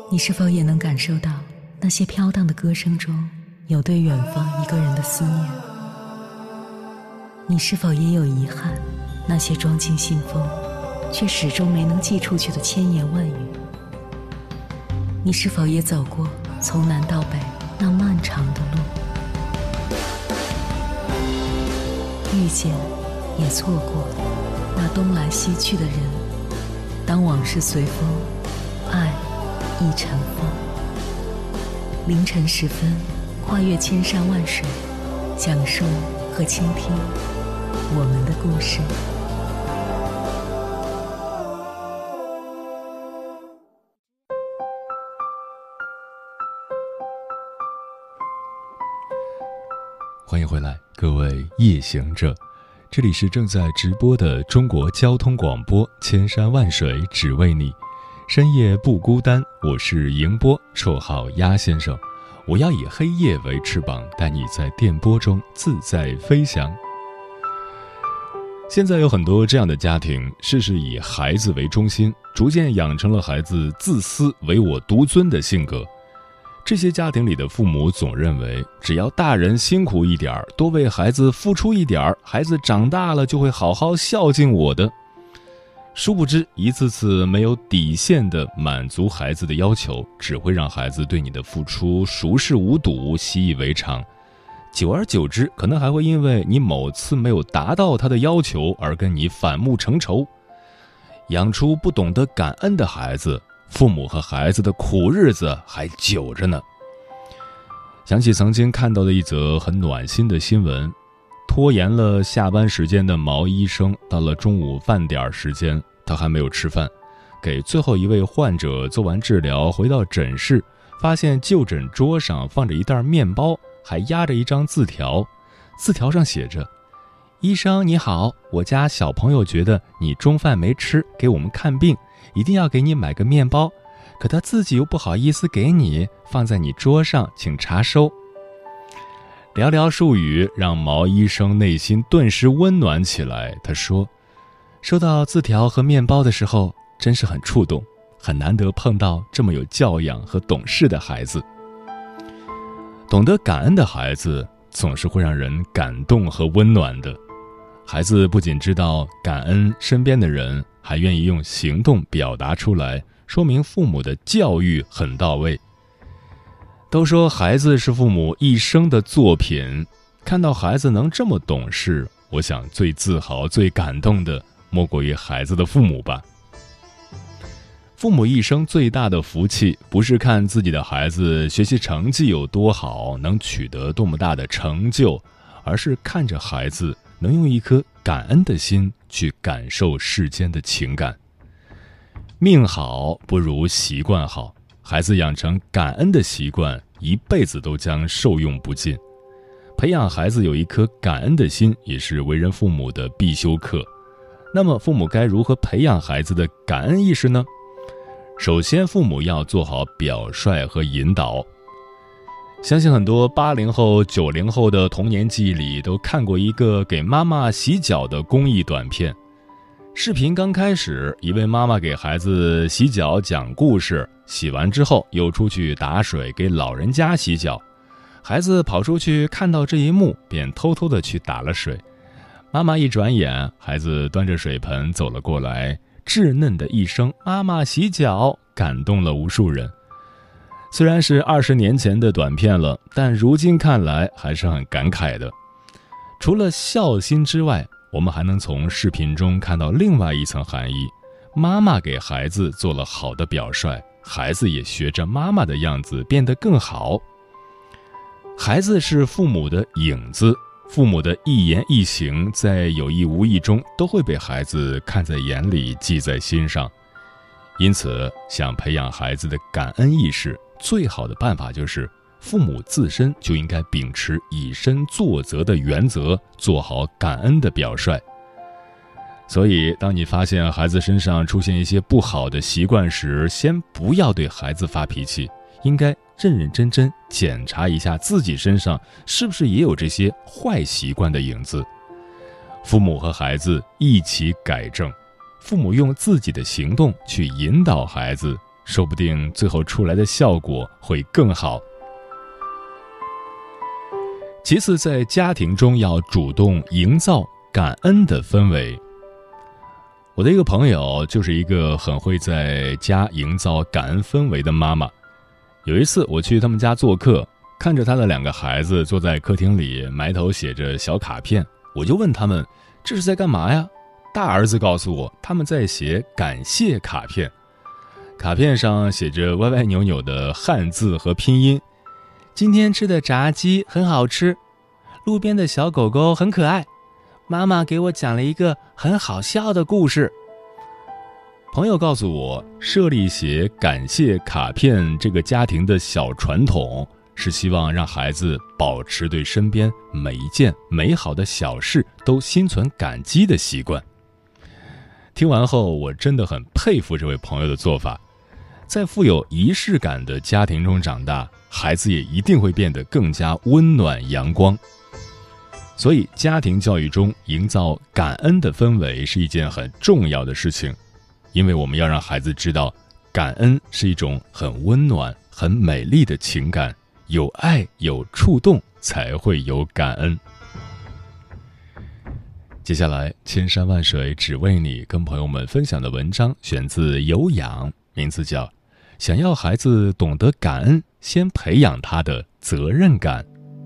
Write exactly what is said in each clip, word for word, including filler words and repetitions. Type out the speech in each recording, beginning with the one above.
你是否也能感受到那些飘荡的歌声中有对远方一个人的思念？你是否也有遗憾，那些装进信封却始终没能寄出去的千言万语？你是否也走过从南到北那漫长的路？遇见也错过那东来西去的人，当往事随风，爱亦尘封。凌晨时分，跨越千山万水，讲述和倾听我们的故事。 欢迎回来，各位夜行者，这里是正在直播的中国交通广播，千山万水只为你，深夜不孤单。我是迎波，绰号鸭先生。我要以黑夜为翅膀，带你在电波中自在飞翔。现在有很多这样的家庭，事事以孩子为中心，逐渐养成了孩子自私唯我独尊的性格。这些家庭里的父母总认为，只要大人辛苦一点，多为孩子付出一点，孩子长大了就会好好孝敬我的。殊不知，一次次没有底线的满足孩子的要求，只会让孩子对你的付出熟视无睹，习以为常。久而久之，可能还会因为你某次没有达到他的要求而跟你反目成仇。养出不懂得感恩的孩子，父母和孩子的苦日子还久着呢。想起曾经看到的一则很暖心的新闻，拖延了下班时间的毛医生，到了中午饭点时间，他还没有吃饭，给最后一位患者做完治疗，回到诊室，发现就诊桌上放着一袋面包，还压着一张字条，字条上写着：医生你好，我家小朋友觉得你中饭没吃，给我们看病，一定要给你买个面包，可他自己又不好意思给你，放在你桌上，请查收。寥寥数语让毛医生内心顿时温暖起来。他说，收到字条和面包的时候真是很触动，很难得碰到这么有教养和懂事的孩子。懂得感恩的孩子总是会让人感动和温暖的。孩子不仅知道感恩身边的人，还愿意用行动表达出来，说明父母的教育很到位。都说孩子是父母一生的作品，看到孩子能这么懂事，我想最自豪最感动的莫过于孩子的父母吧。父母一生最大的福气，不是看自己的孩子学习成绩有多好，能取得多么大的成就，而是看着孩子能用一颗感恩的心去感受世间的情感。命好不如习惯好，孩子养成感恩的习惯，一辈子都将受用不尽。培养孩子有一颗感恩的心，也是为人父母的必修课。那么父母该如何培养孩子的感恩意识呢？首先，父母要做好表率和引导。相信很多八零后、九零后的童年记忆里都看过一个给妈妈洗脚的公益短片。视频刚开始，一位妈妈给孩子洗脚讲故事，洗完之后又出去打水给老人家洗脚。孩子跑出去看到这一幕，便偷偷地去打了水。妈妈一转眼，孩子端着水盆走了过来，稚嫩的一声妈妈洗脚，感动了无数人。虽然是二十年前的短片了，但如今看来还是很感慨的。除了孝心之外，我们还能从视频中看到另外一层含义，妈妈给孩子做了好的表率，孩子也学着妈妈的样子变得更好。孩子是父母的影子，父母的一言一行在有意无意中都会被孩子看在眼里，记在心上。因此，想培养孩子的感恩意识，最好的办法就是父母自身就应该秉持以身作则的原则，做好感恩的表率。所以，当你发现孩子身上出现一些不好的习惯时，先不要对孩子发脾气，应该认认真真检查一下自己身上是不是也有这些坏习惯的影子。父母和孩子一起改正，父母用自己的行动去引导孩子， 说不定最后出来的效果会更好。其次，在家庭中要主动营造感恩的氛围。我的一个朋友就是一个很会在家营造感恩氛围的妈妈。有一次我去他们家做客，看着他的两个孩子坐在客厅里埋头写着小卡片，我就问他们这是在干嘛呀？大儿子告诉我他们在写感谢卡片，卡片上写着歪歪扭扭的汉字和拼音。今天吃的炸鸡很好吃，路边的小狗狗很可爱，妈妈给我讲了一个很好笑的故事。朋友告诉我，设立写感谢卡片这个家庭的小传统，是希望让孩子保持对身边每一件美好的小事都心存感激的习惯。听完后，我真的很佩服这位朋友的做法。在富有仪式感的家庭中长大，孩子也一定会变得更加温暖阳光。所以家庭教育中营造感恩的氛围是一件很重要的事情，因为我们要让孩子知道，感恩是一种很温暖、很美丽的情感，有爱有触动才会有感恩。接下来，千山万水只为你跟朋友们分享的文章选自有氧，名字叫《想要孩子懂得感恩，先培养他的责任感》。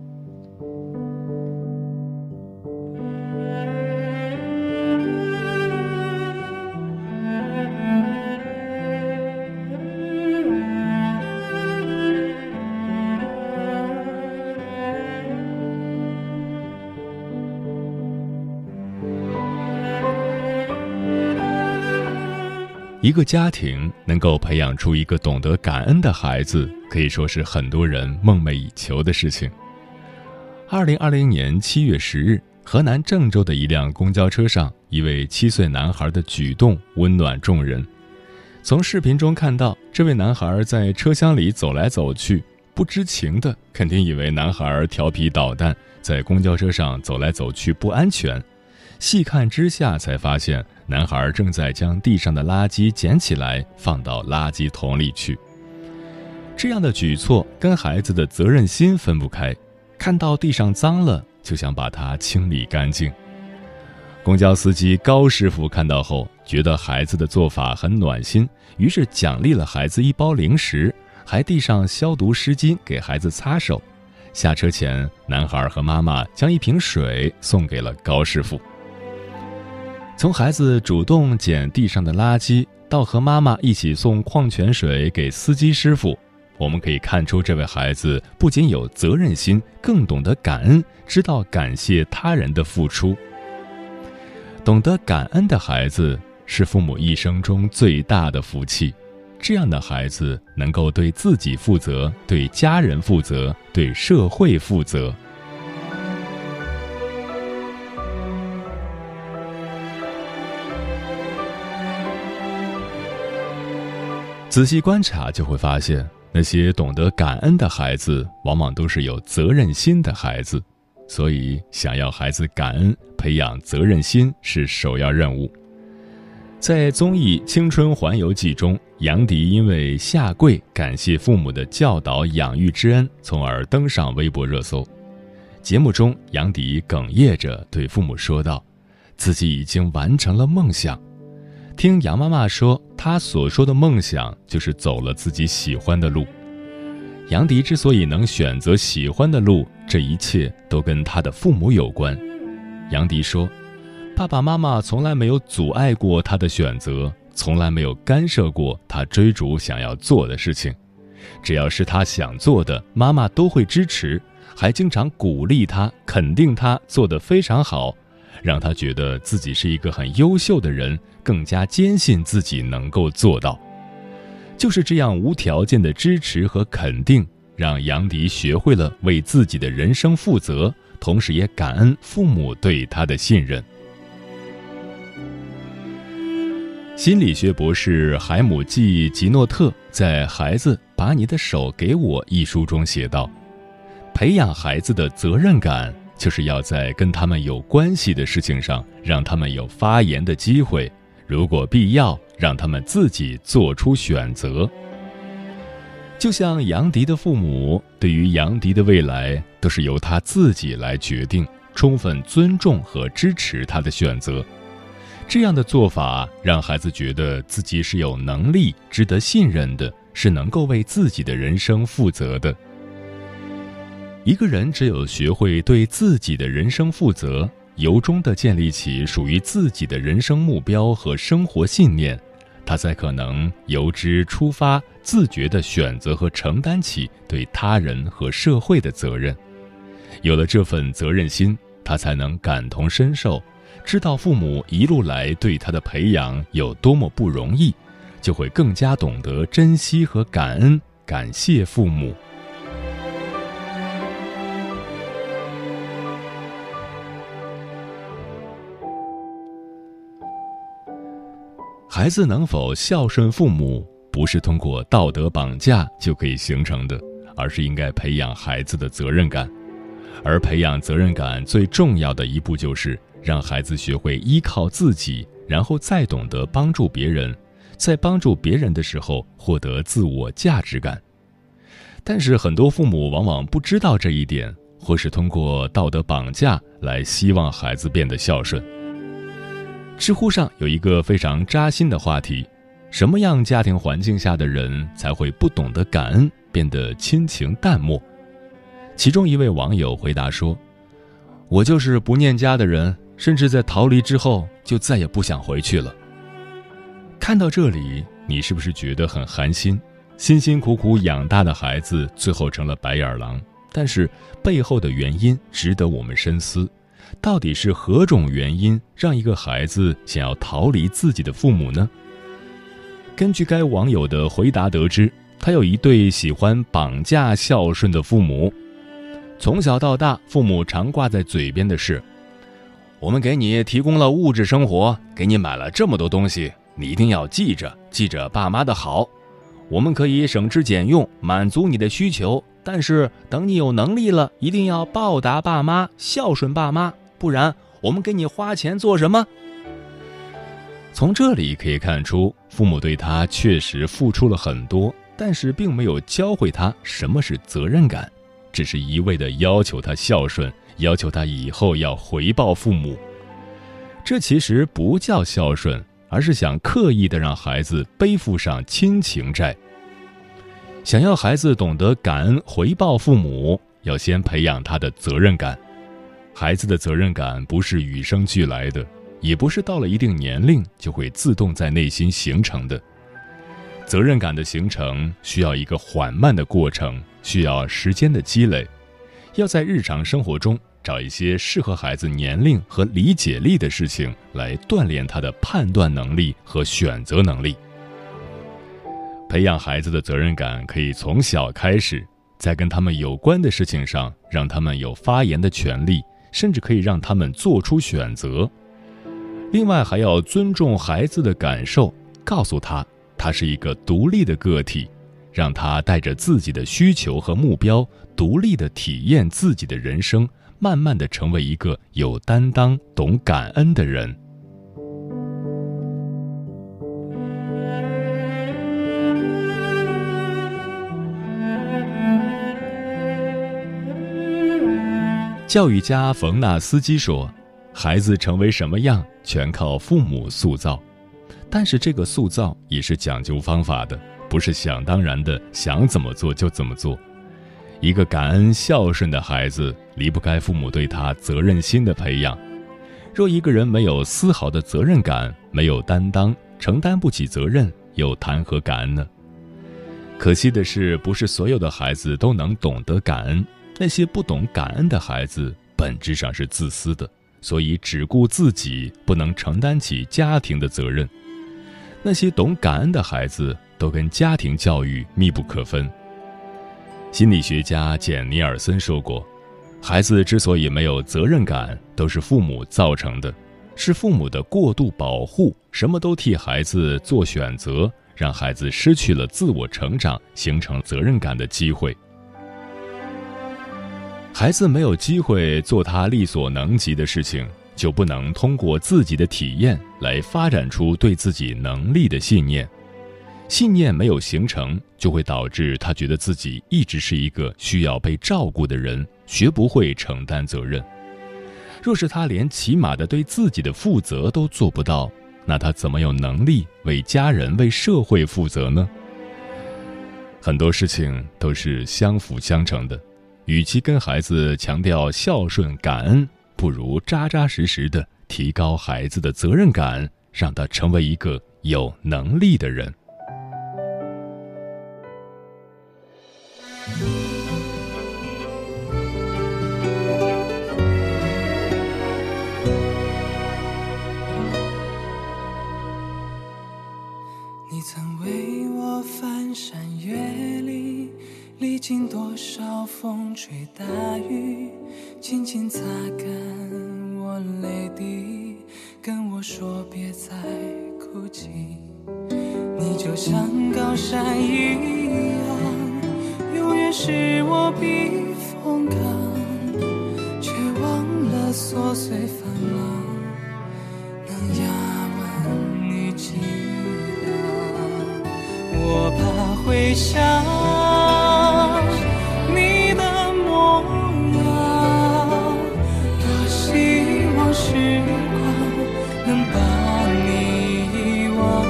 一个家庭能够培养出一个懂得感恩的孩子，可以说是很多人梦寐以求的事情。二零二零年七月十日，河南郑州的一辆公交车上，一位七岁男孩的举动温暖众人。从视频中看到，这位男孩在车厢里走来走去，不知情的肯定以为男孩调皮捣蛋，在公交车上走来走去不安全。细看之下才发现，男孩正在将地上的垃圾捡起来放到垃圾桶里去。这样的举措跟孩子的责任心分不开，看到地上脏了就想把它清理干净。公交司机高师傅看到后觉得孩子的做法很暖心，于是奖励了孩子一包零食，还递上消毒湿巾给孩子擦手。下车前，男孩和妈妈将一瓶水送给了高师傅。从孩子主动捡地上的垃圾，到和妈妈一起送矿泉水给司机师傅，我们可以看出这位孩子不仅有责任心，更懂得感恩，知道感谢他人的付出。懂得感恩的孩子是父母一生中最大的福气，这样的孩子能够对自己负责，对家人负责，对社会负责。仔细观察就会发现，那些懂得感恩的孩子往往都是有责任心的孩子，所以想要孩子感恩，培养责任心是首要任务。在综艺《青春环游记》中，杨迪因为下跪感谢父母的教导养育之恩，从而登上微博热搜。节目中，杨迪哽咽着对父母说道，自己已经完成了梦想。听杨妈妈说，她所说的梦想就是走了自己喜欢的路。杨迪之所以能选择喜欢的路，这一切都跟他的父母有关。杨迪说，爸爸妈妈从来没有阻碍过他的选择，从来没有干涉过他追逐想要做的事情。只要是他想做的，妈妈都会支持，还经常鼓励他，肯定他做得非常好，让他觉得自己是一个很优秀的人，更加坚信自己能够做到。就是这样无条件的支持和肯定，让杨迪学会了为自己的人生负责，同时也感恩父母对他的信任。心理学博士海姆季吉诺特在《孩子，把你的手给我》一书中写道，培养孩子的责任感，就是要在跟他们有关系的事情上让他们有发言的机会，如果必要，让他们自己做出选择。 就像杨迪的父母，对于杨迪的未来都是由他自己来决定，充分尊重和支持他的选择。这样的做法让孩子觉得自己是有能力、值得信任的，是能够为自己的人生负责的。一个人只有学会对自己的人生负责，由衷地建立起属于自己的人生目标和生活信念，他才可能由之出发，自觉地选择和承担起对他人和社会的责任。有了这份责任心，他才能感同身受，知道父母一路来对他的培养有多么不容易，就会更加懂得珍惜和感恩，感谢父母。孩子能否孝顺父母，不是通过道德绑架就可以形成的，而是应该培养孩子的责任感。而培养责任感最重要的一步，就是让孩子学会依靠自己，然后再懂得帮助别人，在帮助别人的时候获得自我价值感。但是很多父母往往不知道这一点，或是通过道德绑架来希望孩子变得孝顺。知乎上有一个非常扎心的话题：什么样家庭环境下的人才会不懂得感恩，变得亲情淡漠？其中一位网友回答说：我就是不念家的人，甚至在逃离之后就再也不想回去了。看到这里，你是不是觉得很寒心？辛辛苦苦养大的孩子最后成了白眼狼，但是背后的原因值得我们深思。到底是何种原因让一个孩子想要逃离自己的父母呢？根据该网友的回答得知，他有一对喜欢绑架孝顺的父母。从小到大，父母常挂在嘴边的是：我们给你提供了物质生活，给你买了这么多东西，你一定要记着，记着爸妈的好。我们可以省吃俭用，满足你的需求，但是等你有能力了，一定要报答爸妈，孝顺爸妈，不然我们给你花钱做什么？从这里可以看出，父母对他确实付出了很多，但是并没有教会他什么是责任感，只是一味地要求他孝顺，要求他以后要回报父母。这其实不叫孝顺，而是想刻意地让孩子背负上亲情债。想要孩子懂得感恩回报父母，要先培养他的责任感。孩子的责任感不是与生俱来的，也不是到了一定年龄就会自动在内心形成的。责任感的形成需要一个缓慢的过程，需要时间的积累。要在日常生活中找一些适合孩子年龄和理解力的事情，来锻炼他的判断能力和选择能力。培养孩子的责任感可以从小开始，在跟他们有关的事情上让他们有发言的权利，甚至可以让他们做出选择。另外还要尊重孩子的感受，告诉他他是一个独立的个体，让他带着自己的需求和目标，独立地体验自己的人生，慢慢地成为一个有担当、懂感恩的人。教育家冯纳斯基说，孩子成为什么样，全靠父母塑造。但是这个塑造也是讲究方法的，不是想当然的想怎么做就怎么做。一个感恩孝顺的孩子，离不开父母对他责任心的培养。若一个人没有丝毫的责任感，没有担当，承担不起责任，又谈何感恩呢？可惜的是，不是所有的孩子都能懂得感恩。那些不懂感恩的孩子，本质上是自私的，所以只顾自己，不能承担起家庭的责任。那些懂感恩的孩子，都跟家庭教育密不可分。心理学家简·尼尔森说过，孩子之所以没有责任感，都是父母造成的，是父母的过度保护，什么都替孩子做选择，让孩子失去了自我成长、形成责任感的机会。孩子没有机会做他力所能及的事情，就不能通过自己的体验来发展出对自己能力的信念。 信念没有形成，就会导致他觉得自己一直是一个需要被照顾的人，学不会承担责任。若是他连起码的对自己的负责都做不到，那他怎么有能力为家人、为社会负责呢？很多事情都是相辅相成的，与其跟孩子强调孝顺感恩，不如扎扎实实的提高孩子的责任感，让他成为一个有能力的人。 你曾为我翻山越岭，历经多少风吹大雨，轻轻擦干我泪滴，跟我说别再哭泣。你就像高山一样，永远是我避风港，却忘了琐碎繁忙能压弯你脊梁。我怕回想你的模样，多希望时光能把你遗忘。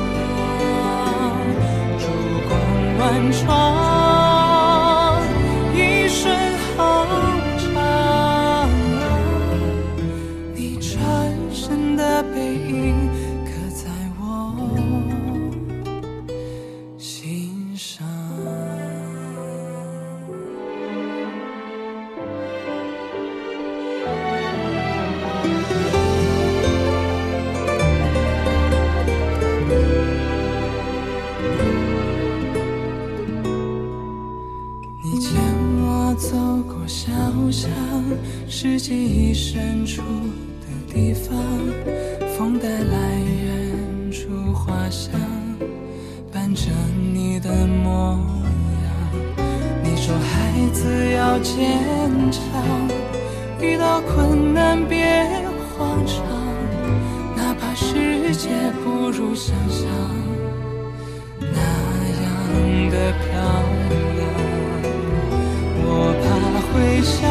烛光万窗，一瞬好长，你转身的背影刻在我心上。你牵我走过小巷，是记忆深处的地方，风带来远处花香，伴着你的模样。你说孩子要坚强，遇到困难别慌张，哪怕世界不如想象那样的漂亮。我怕回想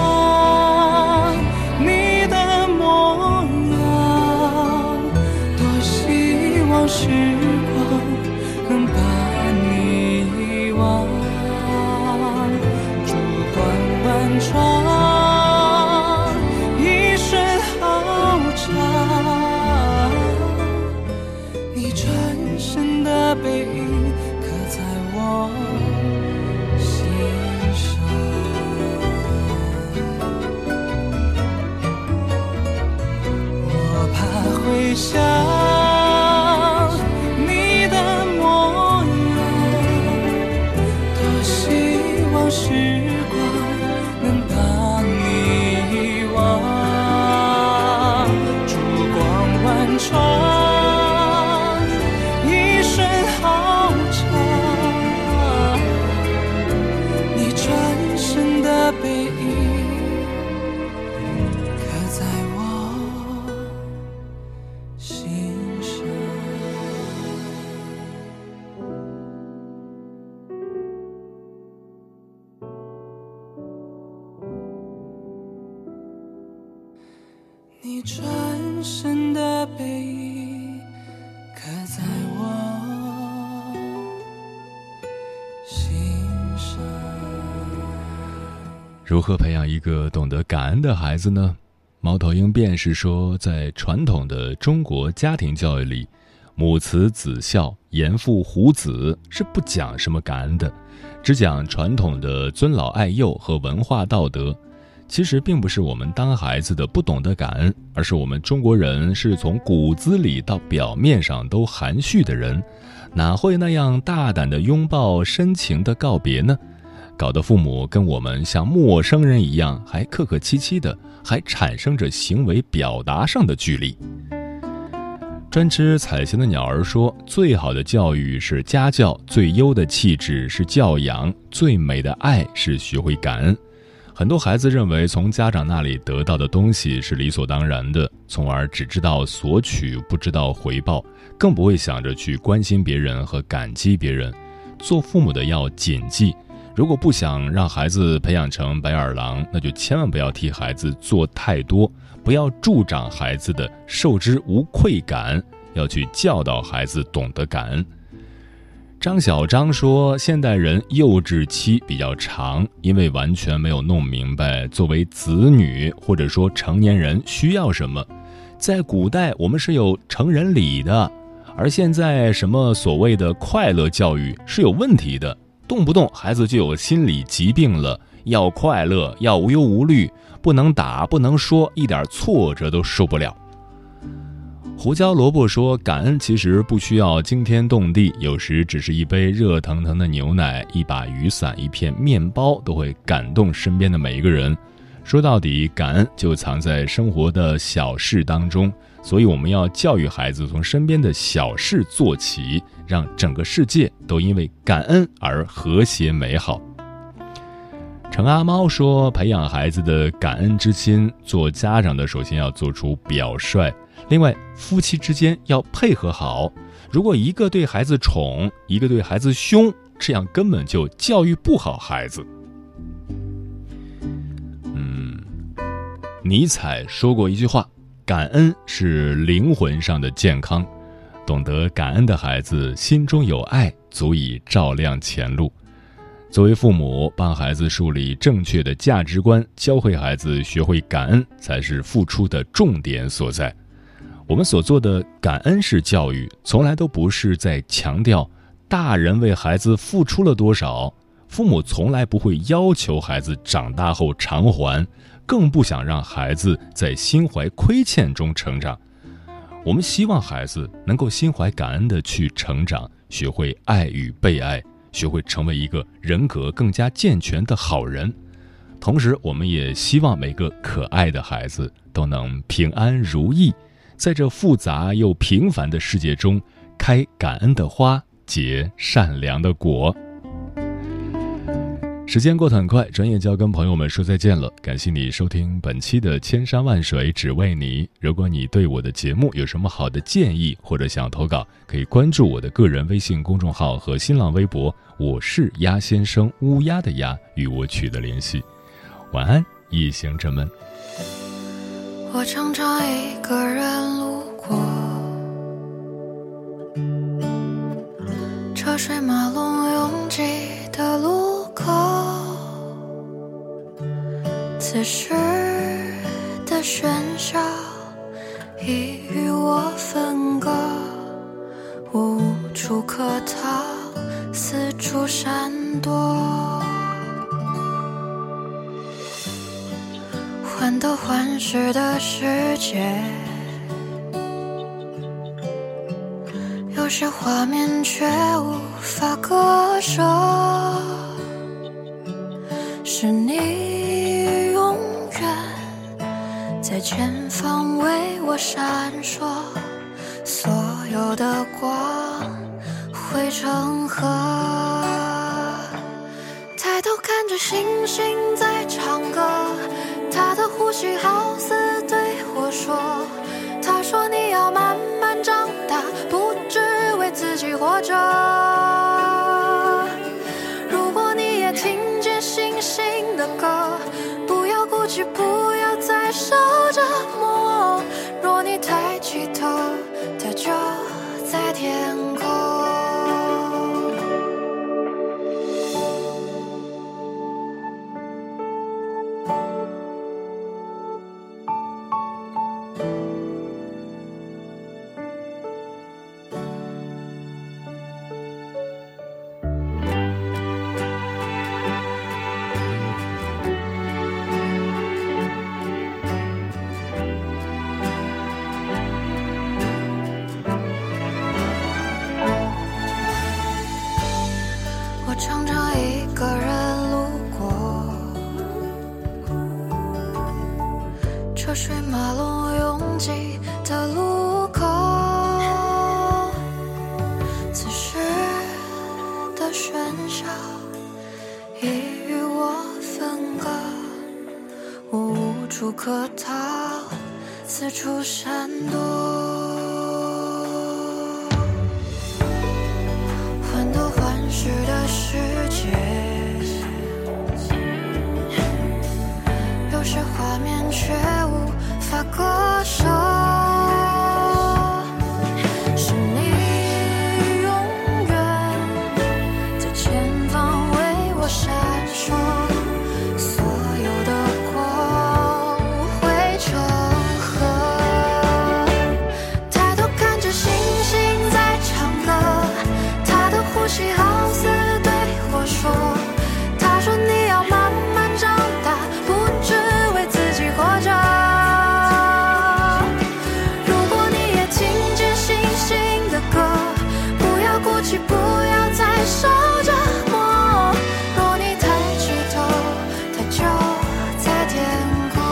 你的模样，多希望时光能把你遗忘。烛光万窗，一瞬好长，你转身的背影刻在我心上。我怕回想你的模样，多希望时光能把你遗忘。烛光万窗，一瞬好长，你转身的背影刻在我心上。你转身的背影刻在我心上。 如何培养一个懂得感恩的孩子呢？猫头鹰便是说，在传统的中国家庭教育里，母慈子孝、严父护子是不讲什么感恩的，只讲传统的尊老爱幼和文化道德。其实并不是我们当孩子的不懂得感恩，而是我们中国人是从骨子里到表面上都含蓄的人，哪会那样大胆的拥抱、深情的告别呢？搞得父母跟我们像陌生人一样，还客客气气的，还产生着行为表达上的距离。专吃彩霞的鸟儿说，最好的教育是家教，最优的气质是教养，最美的爱是学会感恩。 很多孩子认为从家长那里得到的东西是理所当然的，从而只知道索取，不知道回报，更不会想着去关心别人和感激别人。做父母的要谨记，如果不想让孩子培养成白眼狼，那就千万不要替孩子做太多，不要助长孩子的受之无愧感，要去教导孩子懂得感恩。张小张说，现代人幼稚期比较长，因为完全没有弄明白作为子女或者说成年人需要什么。在古代我们是有成人礼的，而现在什么所谓的快乐教育是有问题的，动不动孩子就有心理疾病了，要快乐，要无忧无虑，不能打，不能说，一点挫折都受不了。胡椒萝卜说，感恩其实不需要惊天动地，有时只是一杯热腾腾的牛奶，一把雨伞，一片面包，都会感动身边的每一个人。说到底，感恩就藏在生活的小事当中，所以我们要教育孩子从身边的小事做起，让整个世界都因为感恩而和谐美好。程阿猫说，培养孩子的感恩之心，做家长的首先要做出表率，另外夫妻之间要配合好，如果一个对孩子宠，一个对孩子凶，这样根本就教育不好孩子。嗯，尼采说过一句话，感恩是灵魂上的健康，懂得感恩的孩子心中有爱，足以照亮前路。作为父母，帮孩子树立正确的价值观，教会孩子学会感恩，才是付出的重点所在。我们所做的感恩式教育，从来都不是在强调大人为孩子付出了多少，父母从来不会要求孩子长大后偿还，更不想让孩子在心怀亏欠中成长。我们希望孩子能够心怀感恩地去成长，学会爱与被爱，学会成为一个人格更加健全的好人。同时，我们也希望每个可爱的孩子都能平安如意，在这复杂又平凡的世界中，开感恩的花，结善良的果。时间过得很快，转眼就要跟朋友们说再见了。感谢你收听本期的千山万水只为你。如果你对我的节目有什么好的建议，或者想投稿，可以关注我的个人微信公众号和新浪微博，我是鸭先生，乌鸦的鸭，与我取得联系。晚安，夜行者们。 我常常一个人路过车水马龙拥挤的路口，此时的喧嚣已与我分割，我无处可逃，四处闪躲，患得患失的世界，有些画面却无法割舍，是你永远在前方为我闪烁，所有的光汇成河，抬头看着星星在唱歌，他的呼吸好似对我说，他说你要慢慢长大，不只为自己活着。如果你也听见星星的歌，不要孤寂，不要再受折磨，若你抬起头，它就在天空。我常常一个人路过车水马龙拥挤的路口，此时的喧嚣已与我分割， 处可逃，四处闪躲。患得患失的世界，有些画面却无法割舍。是你永远在前方为我闪烁。呼吸好似对我说，他说你要慢慢长大，不只为自己活着。如果你也听见星星的歌，不要哭泣，不要再受折磨。若你抬起头，它就在天空。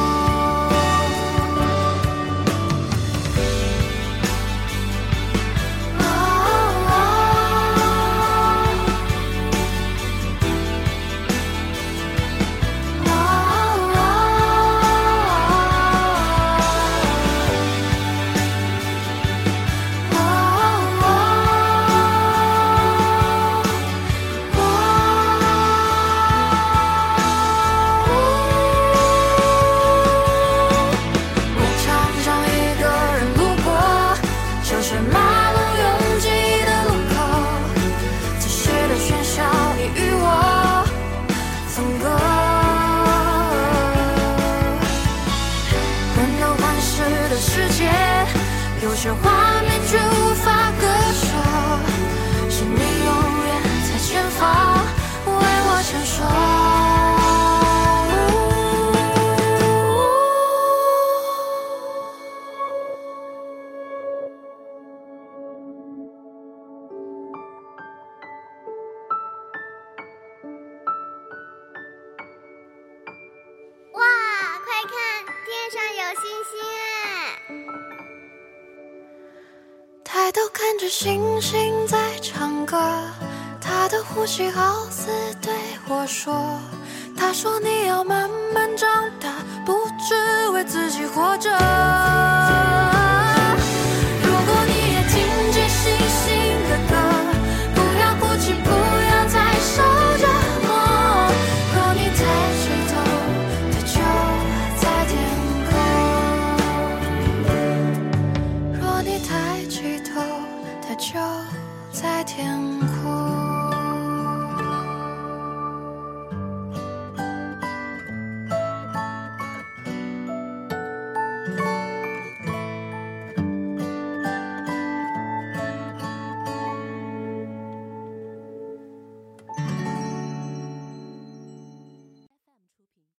有些画面却无法割舍，是你永远在前方为我闪烁。 哇，快看，天上有星星哎！ 抬头看着星星在唱歌，他的呼吸好似对我说，他说你要慢慢长大，不只为自己活着。